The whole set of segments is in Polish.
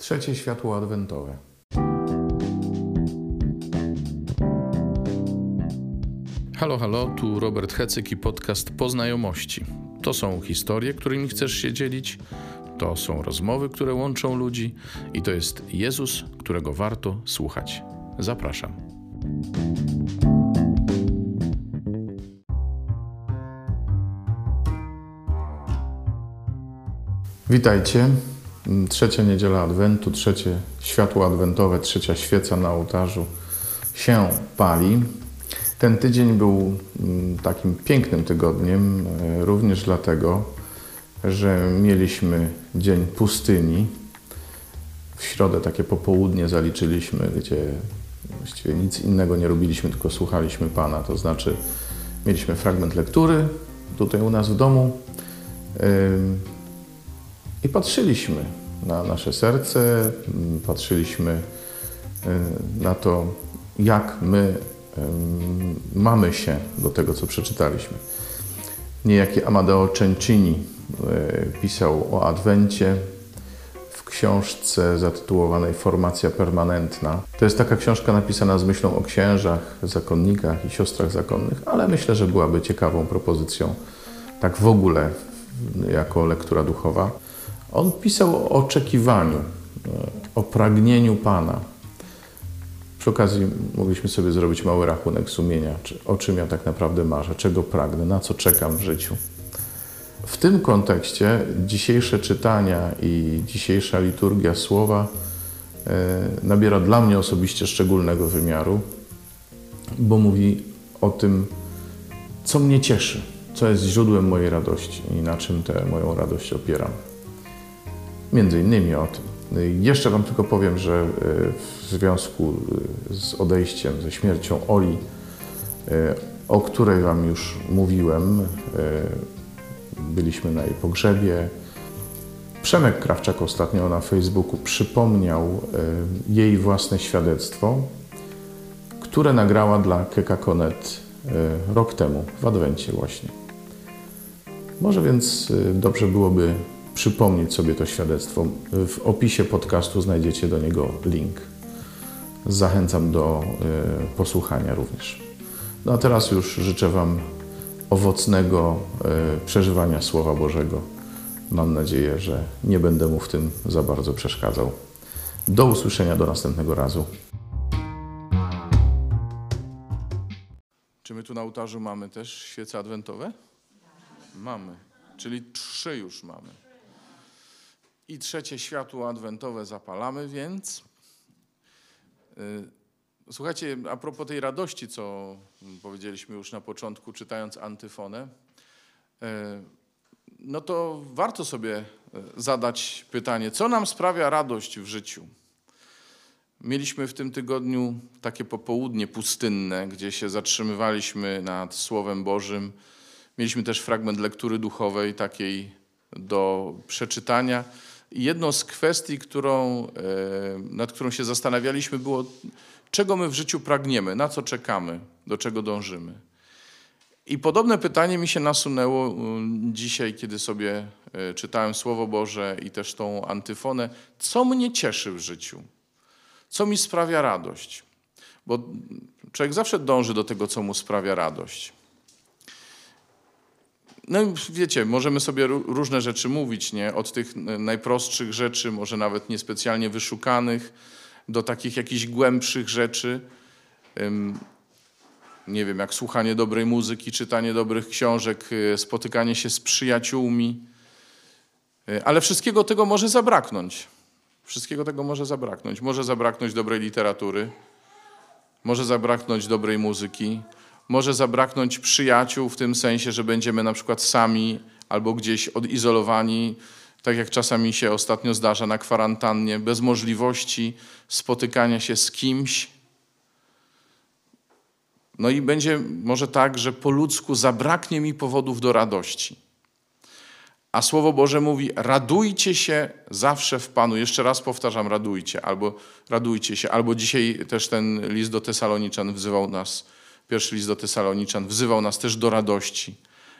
Trzecie światło adwentowe. Halo, halo, tu Robert Hecyk i podcast Poznajomości. To są historie, którymi chcesz się dzielić, to są rozmowy, które łączą ludzi i to jest Jezus, którego warto słuchać. Zapraszam. Witajcie. Trzecia niedziela Adwentu, trzecie światło adwentowe, trzecia świeca na ołtarzu się pali. Ten tydzień był takim pięknym tygodniem, również dlatego, że mieliśmy dzień pustyni. W środę takie popołudnie zaliczyliśmy, właściwie nic innego nie robiliśmy, tylko słuchaliśmy Pana. To znaczy mieliśmy fragment lektury tutaj u nas w domu i patrzyliśmy na nasze serce, patrzyliśmy na to, jak my mamy się do tego, co przeczytaliśmy. Niejaki Amadeo Cencini pisał o Adwencie w książce zatytułowanej Formacja permanentna. To jest taka książka napisana z myślą o księżach, zakonnikach i siostrach zakonnych, ale myślę, że byłaby ciekawą propozycją tak w ogóle jako lektura duchowa. On pisał o oczekiwaniu, o pragnieniu Pana. Przy okazji mogliśmy sobie zrobić mały rachunek sumienia, o czym ja tak naprawdę marzę, czego pragnę, na co czekam w życiu. W tym kontekście dzisiejsze czytania i dzisiejsza liturgia słowa nabiera dla mnie osobiście szczególnego wymiaru, bo mówi o tym, co mnie cieszy, co jest źródłem mojej radości i na czym tę moją radość opieram. Między innymi o tym. Jeszcze Wam tylko powiem, że w związku z odejściem, ze śmiercią Oli, o której Wam już mówiłem, byliśmy na jej pogrzebie. Przemek Krawczak ostatnio na Facebooku przypomniał jej własne świadectwo, które nagrała dla Kekakonet rok temu, w Adwencie właśnie. Może więc dobrze byłoby przypomnieć sobie to świadectwo. W opisie podcastu znajdziecie do niego link. Zachęcam do posłuchania również. No a teraz już życzę Wam owocnego przeżywania Słowa Bożego. Mam nadzieję, że nie będę mu w tym za bardzo przeszkadzał. Do usłyszenia, do następnego razu. Czy my tu na ołtarzu mamy też świece adwentowe? Mamy. Czyli 3 już mamy. I trzecie światło adwentowe zapalamy, więc słuchajcie, a propos tej radości, co powiedzieliśmy już na początku, czytając antyfonę, no to warto sobie zadać pytanie, co nam sprawia radość w życiu? Mieliśmy w tym tygodniu takie popołudnie pustynne, gdzie się zatrzymywaliśmy nad Słowem Bożym. Mieliśmy też fragment lektury duchowej, takiej do przeczytania. I jedną z kwestii, nad którą się zastanawialiśmy, było, czego my w życiu pragniemy, na co czekamy, do czego dążymy. I podobne pytanie mi się nasunęło dzisiaj, kiedy sobie czytałem Słowo Boże i też tą antyfonę. Co mnie cieszy w życiu? Co mi sprawia radość? Bo człowiek zawsze dąży do tego, co mu sprawia radość. No wiecie, możemy sobie różne rzeczy mówić, nie? Od tych najprostszych rzeczy, może nawet niespecjalnie wyszukanych, do takich jakichś głębszych rzeczy. Nie wiem, jak słuchanie dobrej muzyki, czytanie dobrych książek, spotykanie się z przyjaciółmi. Ale wszystkiego tego może zabraknąć. Wszystkiego tego może zabraknąć. Może zabraknąć dobrej literatury, może zabraknąć dobrej muzyki, może zabraknąć przyjaciół w tym sensie, że będziemy na przykład sami albo gdzieś odizolowani, tak jak czasami się ostatnio zdarza na kwarantannie, bez możliwości spotykania się z kimś. No i będzie może tak, że po ludzku zabraknie mi powodów do radości. A Słowo Boże mówi, radujcie się zawsze w Panu. Jeszcze raz powtarzam, radujcie się. Albo dzisiaj też ten list do Tesaloniczan wzywał nas, pierwszy list do Tesaloniczan wzywał nas też do radości.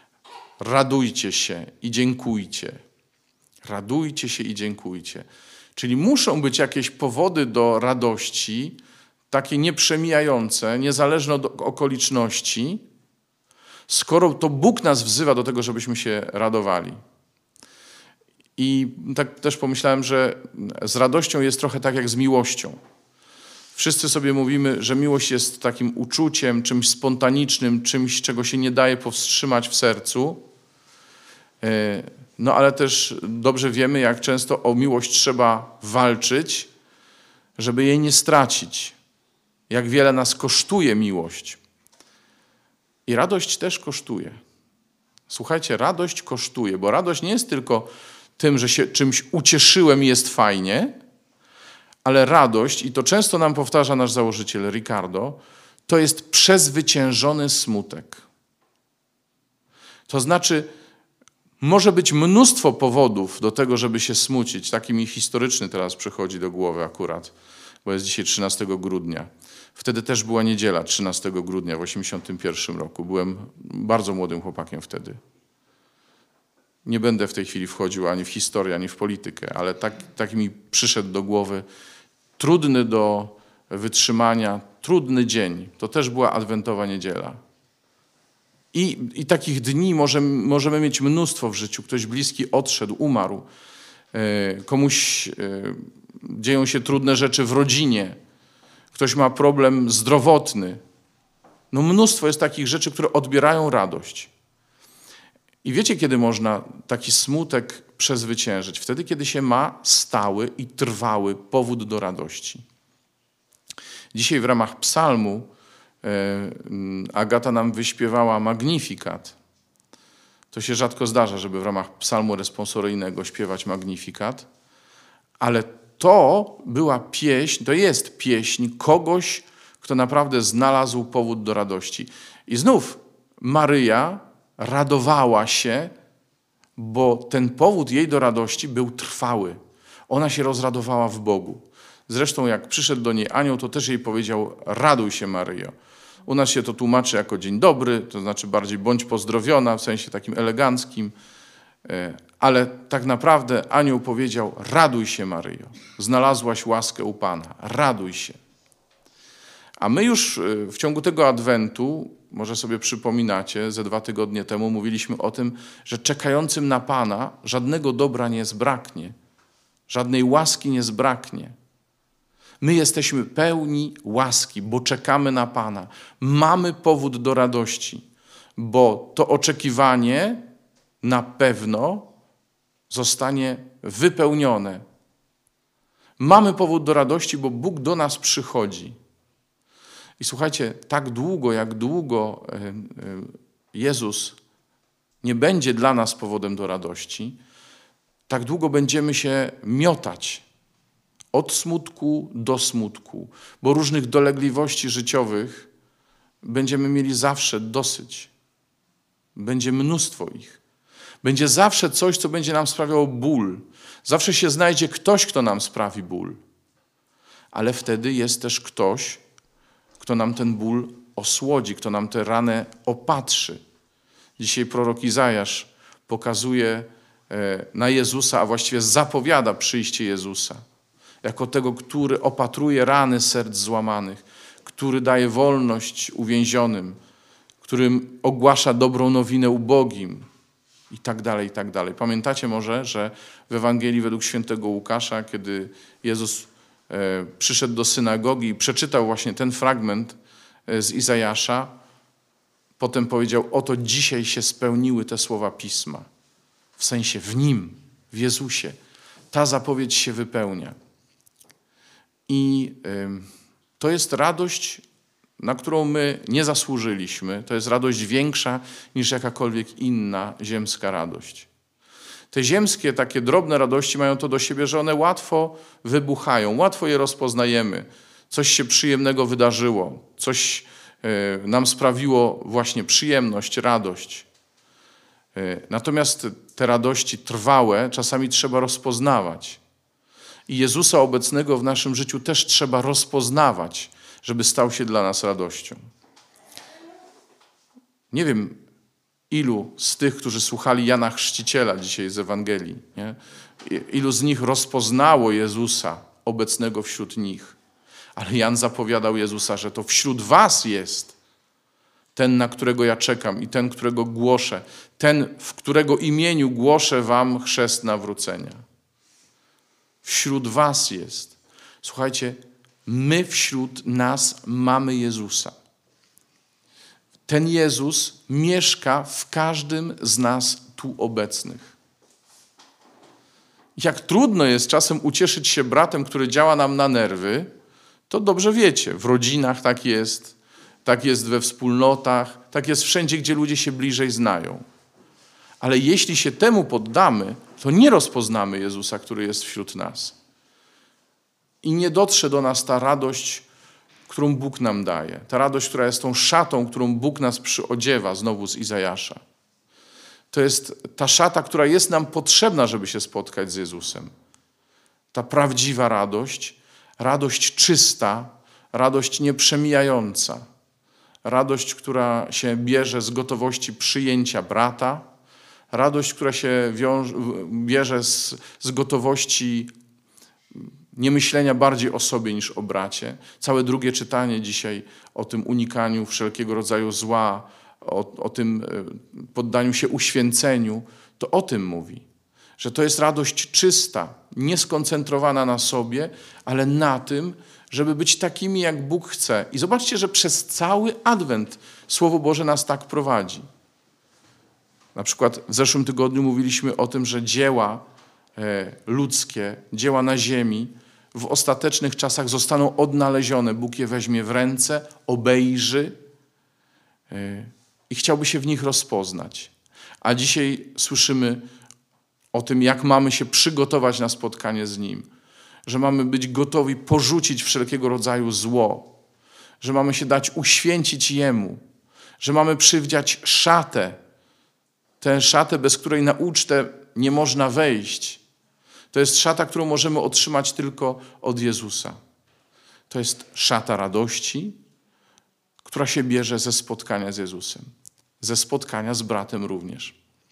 Radujcie się i dziękujcie. Radujcie się i dziękujcie. Czyli muszą być jakieś powody do radości, takie nieprzemijające, niezależne od okoliczności, skoro to Bóg nas wzywa do tego, żebyśmy się radowali. I tak też pomyślałem, że z radością jest trochę tak jak z miłością. Wszyscy sobie mówimy, że miłość jest takim uczuciem, czymś spontanicznym, czymś, czego się nie daje powstrzymać w sercu. No ale też dobrze wiemy, jak często o miłość trzeba walczyć, żeby jej nie stracić. Jak wiele nas kosztuje miłość. I radość też kosztuje. Słuchajcie, radość kosztuje, bo radość nie jest tylko tym, że się czymś ucieszyłem i jest fajnie, ale radość, i to często nam powtarza nasz założyciel Ricardo, to jest przezwyciężony smutek. To znaczy, może być mnóstwo powodów do tego, żeby się smucić. Taki mi historyczny teraz przychodzi do głowy akurat, bo jest dzisiaj 13 grudnia. Wtedy też była niedziela, 13 grudnia w 1981 roku. Byłem bardzo młodym chłopakiem wtedy. Nie będę w tej chwili wchodził ani w historię, ani w politykę, ale tak mi przyszedł do głowy. Trudny do wytrzymania, trudny dzień. To też była adwentowa niedziela. I takich dni możemy mieć mnóstwo w życiu. Ktoś bliski odszedł, umarł. Komuś dzieją się trudne rzeczy w rodzinie. Ktoś ma problem zdrowotny. No mnóstwo jest takich rzeczy, które odbierają radość. I wiecie, kiedy można taki smutek przezwyciężyć? Wtedy, kiedy się ma stały i trwały powód do radości. Dzisiaj w ramach psalmu Agata nam wyśpiewała Magnifikat. To się rzadko zdarza, żeby w ramach psalmu responsoryjnego śpiewać Magnifikat, ale to była pieśń, to jest pieśń kogoś, kto naprawdę znalazł powód do radości. I znów Maryja radowała się, bo ten powód jej do radości był trwały. Ona się rozradowała w Bogu. Zresztą jak przyszedł do niej anioł, to też jej powiedział: raduj się, Maryjo. U nas się to tłumaczy jako dzień dobry, to znaczy bardziej bądź pozdrowiona, w sensie takim eleganckim. Ale tak naprawdę anioł powiedział: raduj się, Maryjo. Znalazłaś łaskę u Pana. Raduj się. A my już w ciągu tego adwentu, może sobie przypominacie, ze 2 tygodnie temu mówiliśmy o tym, że czekającym na Pana żadnego dobra nie zbraknie. Żadnej łaski nie zbraknie. My jesteśmy pełni łaski, bo czekamy na Pana. Mamy powód do radości, bo to oczekiwanie na pewno zostanie wypełnione. Mamy powód do radości, bo Bóg do nas przychodzi. I słuchajcie, tak długo, jak długo Jezus nie będzie dla nas powodem do radości, tak długo będziemy się miotać od smutku do smutku, bo różnych dolegliwości życiowych będziemy mieli zawsze dosyć. Będzie mnóstwo ich. Będzie zawsze coś, co będzie nam sprawiało ból. Zawsze się znajdzie ktoś, kto nam sprawi ból. Ale wtedy jest też ktoś, kto nam ten ból osłodzi, kto nam tę ranę opatrzy. Dzisiaj prorok Izajasz pokazuje na Jezusa, a właściwie zapowiada przyjście Jezusa. Jako tego, który opatruje rany serc złamanych, który daje wolność uwięzionym, którym ogłasza dobrą nowinę ubogim i tak dalej, i tak dalej. Pamiętacie może, że w Ewangelii według świętego Łukasza, kiedy Jezus przyszedł do synagogi i przeczytał właśnie ten fragment z Izajasza, potem powiedział: oto dzisiaj się spełniły te słowa Pisma. W sensie w Nim, w Jezusie. Ta zapowiedź się wypełnia. I to jest radość, na którą my nie zasłużyliśmy. To jest radość większa niż jakakolwiek inna ziemska radość. Te ziemskie, takie drobne radości mają to do siebie, że one łatwo wybuchają, łatwo je rozpoznajemy. Coś się przyjemnego wydarzyło, coś nam sprawiło właśnie przyjemność, radość. Natomiast te radości trwałe czasami trzeba rozpoznawać. I Jezusa obecnego w naszym życiu też trzeba rozpoznawać, żeby stał się dla nas radością. Nie wiem, Ilu z tych, którzy słuchali Jana Chrzciciela dzisiaj z Ewangelii, nie? Ilu z nich rozpoznało Jezusa obecnego wśród nich? Ale Jan zapowiadał Jezusa, że to wśród was jest ten, na którego ja czekam i ten, którego głoszę, ten, w którego imieniu głoszę wam chrzest nawrócenia. Wśród was jest. Słuchajcie, my wśród nas mamy Jezusa. Ten Jezus mieszka w każdym z nas tu obecnych. Jak trudno jest czasem ucieszyć się bratem, który działa nam na nerwy, to dobrze wiecie. W rodzinach tak jest we wspólnotach, tak jest wszędzie, gdzie ludzie się bliżej znają. Ale jeśli się temu poddamy, to nie rozpoznamy Jezusa, który jest wśród nas. I nie dotrze do nas ta radość, którą Bóg nam daje. Ta radość, która jest tą szatą, którą Bóg nas przyodziewa, znowu z Izajasza. To jest ta szata, która jest nam potrzebna, żeby się spotkać z Jezusem. Ta prawdziwa radość, radość czysta, radość nieprzemijająca. Radość, która się bierze z gotowości przyjęcia brata. Radość, która się bierze z gotowości nie myślenia bardziej o sobie niż o bracie. Całe drugie czytanie dzisiaj o tym unikaniu wszelkiego rodzaju zła, o tym poddaniu się uświęceniu, to o tym mówi. Że to jest radość czysta, nieskoncentrowana na sobie, ale na tym, żeby być takimi, jak Bóg chce. I zobaczcie, że przez cały Adwent Słowo Boże nas tak prowadzi. Na przykład w zeszłym tygodniu mówiliśmy o tym, że dzieła ludzkie, dzieła na ziemi w ostatecznych czasach zostaną odnalezione. Bóg je weźmie w ręce, obejrzy i chciałby się w nich rozpoznać. A dzisiaj słyszymy o tym, jak mamy się przygotować na spotkanie z Nim. Że mamy być gotowi porzucić wszelkiego rodzaju zło. Że mamy się dać uświęcić Jemu. Że mamy przywdziać szatę. Tę szatę, bez której na ucztę nie można wejść. To jest szata, którą możemy otrzymać tylko od Jezusa. To jest szata radości, która się bierze ze spotkania z Jezusem. Ze spotkania z bratem również.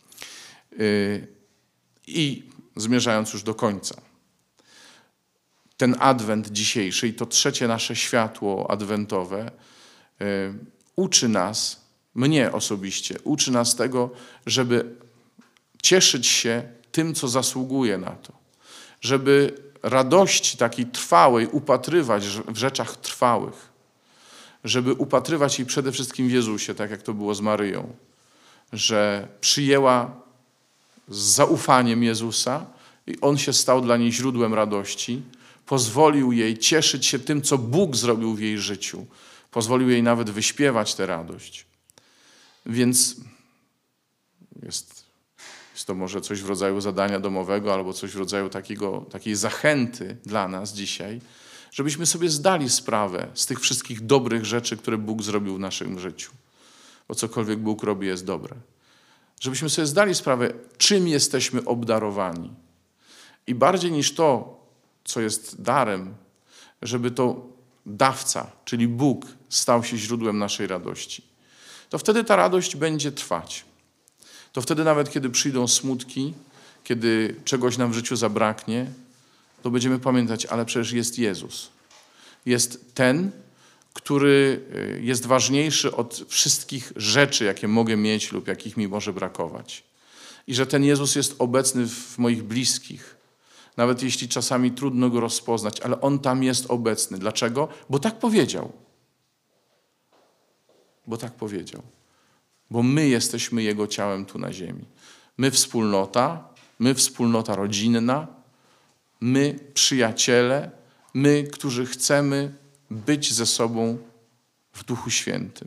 I zmierzając już do końca. Ten adwent dzisiejszy i to trzecie nasze światło adwentowe uczy nas, mnie osobiście, uczy nas tego, żeby cieszyć się tym, co zasługuje na to. Żeby radości takiej trwałej upatrywać w rzeczach trwałych. Żeby upatrywać jej przede wszystkim w Jezusie, tak jak to było z Maryją. Że przyjęła z zaufaniem Jezusa i On się stał dla niej źródłem radości. Pozwolił jej cieszyć się tym, co Bóg zrobił w jej życiu. Pozwolił jej nawet wyśpiewać tę radość. Więc jest to może coś w rodzaju zadania domowego albo coś w rodzaju takiej zachęty dla nas dzisiaj, żebyśmy sobie zdali sprawę z tych wszystkich dobrych rzeczy, które Bóg zrobił w naszym życiu. Bo cokolwiek Bóg robi, jest dobre. Żebyśmy sobie zdali sprawę, czym jesteśmy obdarowani. I bardziej niż to, co jest darem, żeby to dawca, czyli Bóg, stał się źródłem naszej radości. To wtedy ta radość będzie trwać. To wtedy nawet, kiedy przyjdą smutki, kiedy czegoś nam w życiu zabraknie, to będziemy pamiętać, ale przecież jest Jezus. Jest ten, który jest ważniejszy od wszystkich rzeczy, jakie mogę mieć lub jakich mi może brakować. I że ten Jezus jest obecny w moich bliskich. Nawet jeśli czasami trudno Go rozpoznać, ale On tam jest obecny. Dlaczego? Bo tak powiedział. Bo tak powiedział. Bo my jesteśmy Jego ciałem tu na ziemi. My wspólnota rodzinna, my przyjaciele, my, którzy chcemy być ze sobą w Duchu Świętym.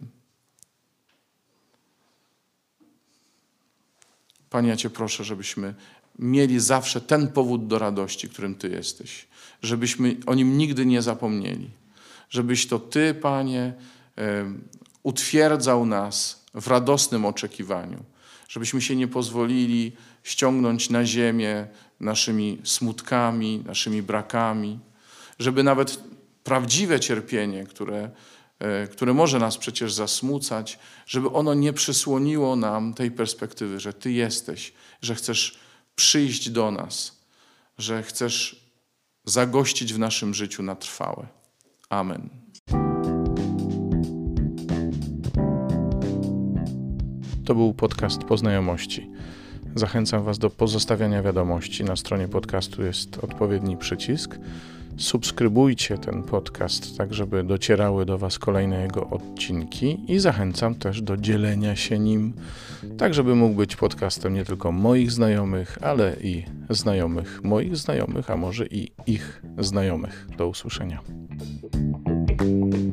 Panie, ja Cię proszę, żebyśmy mieli zawsze ten powód do radości, którym Ty jesteś. Żebyśmy o nim nigdy nie zapomnieli. Żebyś to Ty, Panie, utwierdzał nas w radosnym oczekiwaniu. Żebyśmy się nie pozwolili ściągnąć na ziemię naszymi smutkami, naszymi brakami. Żeby nawet prawdziwe cierpienie, które które może nas przecież zasmucać, żeby ono nie przysłoniło nam tej perspektywy, że Ty jesteś, że chcesz przyjść do nas, że chcesz zagościć w naszym życiu na trwałe. Amen. To był podcast Po Znajomości. Zachęcam Was do pozostawiania wiadomości. Na stronie podcastu jest odpowiedni przycisk. Subskrybujcie ten podcast, tak żeby docierały do Was kolejne jego odcinki i zachęcam też do dzielenia się nim, tak żeby mógł być podcastem nie tylko moich znajomych, ale i znajomych moich znajomych, a może i ich znajomych. Do usłyszenia.